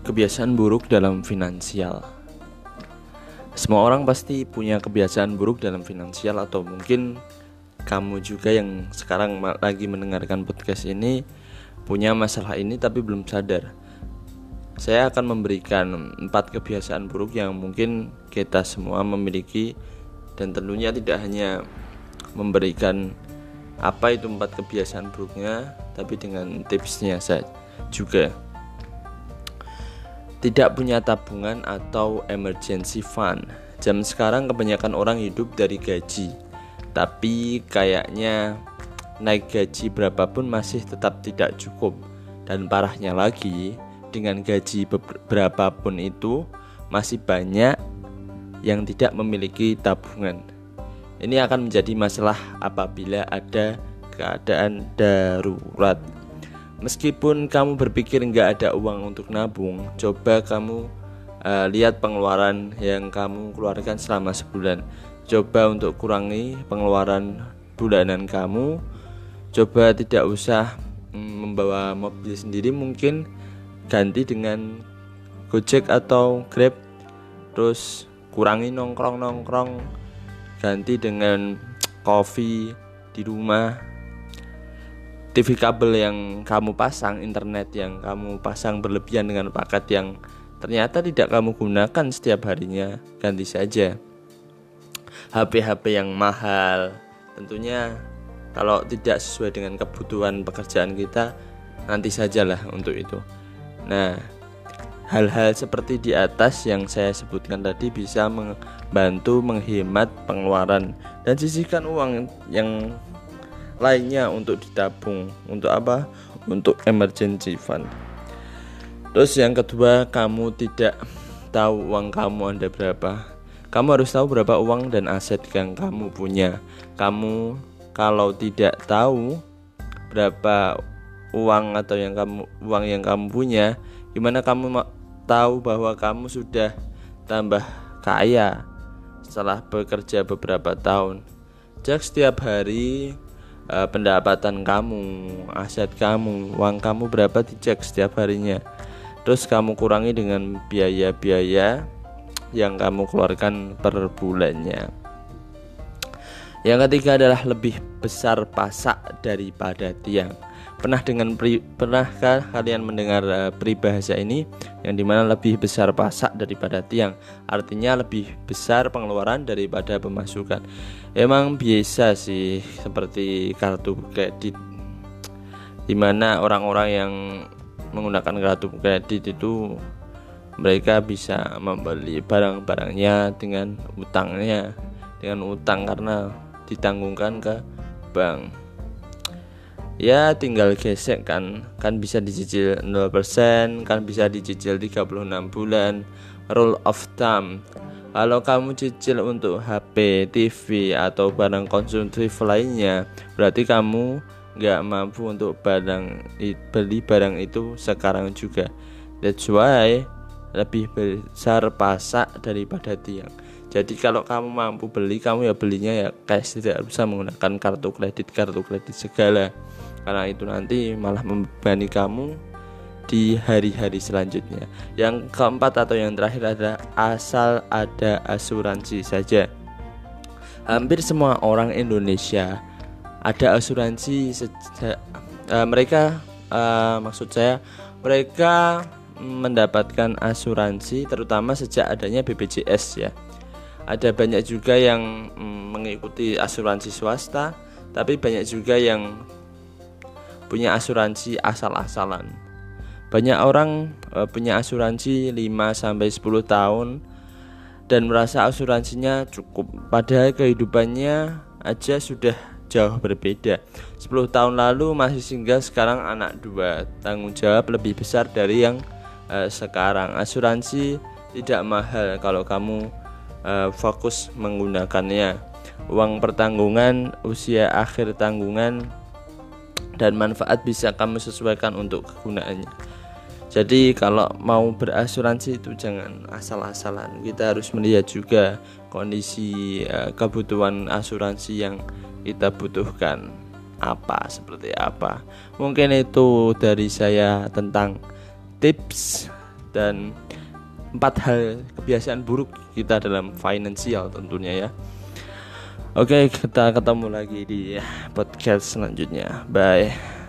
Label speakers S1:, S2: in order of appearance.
S1: Kebiasaan buruk dalam finansial. Semua orang pasti punya kebiasaan buruk dalam finansial, atau mungkin kamu juga yang sekarang lagi mendengarkan podcast ini punya masalah ini tapi belum sadar. Saya akan memberikan 4 kebiasaan buruk yang mungkin kita semua memiliki, dan tentunya tidak hanya memberikan apa itu 4 kebiasaan buruknya, tapi dengan tipsnya saya juga. Tidak punya tabungan atau emergency fund. Zaman sekarang kebanyakan orang hidup dari gaji, tapi kayaknya naik gaji berapapun masih tetap tidak cukup. Dan parahnya lagi, dengan gaji berapapun itu masih banyak yang tidak memiliki tabungan. Ini akan menjadi masalah apabila ada keadaan darurat. Meskipun kamu berpikir nggak ada uang untuk nabung, coba kamu lihat pengeluaran yang kamu keluarkan selama sebulan. Coba untuk kurangi pengeluaran bulanan kamu. Coba tidak usah membawa mobil sendiri, mungkin ganti dengan Gojek atau Grab. Terus kurangi nongkrong, ganti dengan kopi di rumah. TV kabel yang kamu pasang, internet yang kamu pasang berlebihan dengan paket yang ternyata tidak kamu gunakan setiap harinya, ganti saja. HP yang mahal, tentunya kalau tidak sesuai dengan kebutuhan pekerjaan kita, nanti sajalah untuk itu. Nah, hal-hal seperti di atas yang saya sebutkan tadi bisa membantu menghemat pengeluaran dan sisihkan uang yang lainnya untuk ditabung. Untuk apa? Untuk emergency fund. Terus yang kedua, kamu tidak tahu uang kamu ada berapa. Kamu harus tahu berapa uang dan aset yang kamu punya. Kamu kalau tidak tahu berapa uang atau uang yang kamu punya, gimana kamu tahu bahwa kamu sudah tambah kaya setelah bekerja beberapa tahun? Cek setiap hari pendapatan kamu, aset kamu, uang kamu berapa, dicek setiap harinya. Terus kamu kurangi dengan biaya-biaya yang kamu keluarkan per bulannya. Yang ketiga adalah lebih besar pasak daripada tiang. Pernahkah kalian mendengar peribahasa ini, yang dimana lebih besar pasak daripada tiang? Artinya lebih besar pengeluaran daripada pemasukan. Emang biasa sih, seperti kartu kredit, dimana orang-orang yang menggunakan kartu kredit itu mereka bisa membeli barang-barangnya dengan utang karena ditanggungkan ke bank. Ya tinggal gesek kan bisa dicicil 0%, kan bisa dicicil 36 bulan. Rule of thumb, kalau kamu cicil untuk HP, TV, atau barang konsumtif lainnya, berarti kamu gak mampu untuk beli barang itu sekarang juga. That's why lebih besar pasak daripada tiang. Jadi kalau kamu mampu beli, kamu ya belinya ya cash, tidak usah menggunakan kartu kredit segala, karena itu nanti malah membebani kamu di hari-hari selanjutnya. Yang keempat atau yang terakhir adalah asal ada asuransi saja. Hampir semua orang Indonesia ada asuransi mereka mendapatkan asuransi terutama sejak adanya BPJS ya. Ada banyak juga yang mengikuti asuransi swasta, tapi banyak juga yang punya asuransi asal-asalan. Banyak orang punya asuransi 5-10 tahun dan merasa asuransinya cukup, padahal kehidupannya aja sudah jauh berbeda. 10 tahun lalu masih single, sekarang anak 2, tanggung jawab lebih besar dari yang sekarang. Asuransi tidak mahal kalau kamu fokus menggunakannya. Uang pertanggungan, usia akhir tanggungan, dan manfaat bisa kamu sesuaikan untuk kegunaannya. Jadi kalau mau berasuransi itu jangan asal-asalan. Kita harus melihat juga kondisi kebutuhan asuransi yang kita butuhkan seperti apa. Mungkin itu dari saya tentang tips dan 4 hal kebiasaan buruk kita dalam finansial tentunya ya. Oke, kita ketemu lagi di podcast selanjutnya. Bye.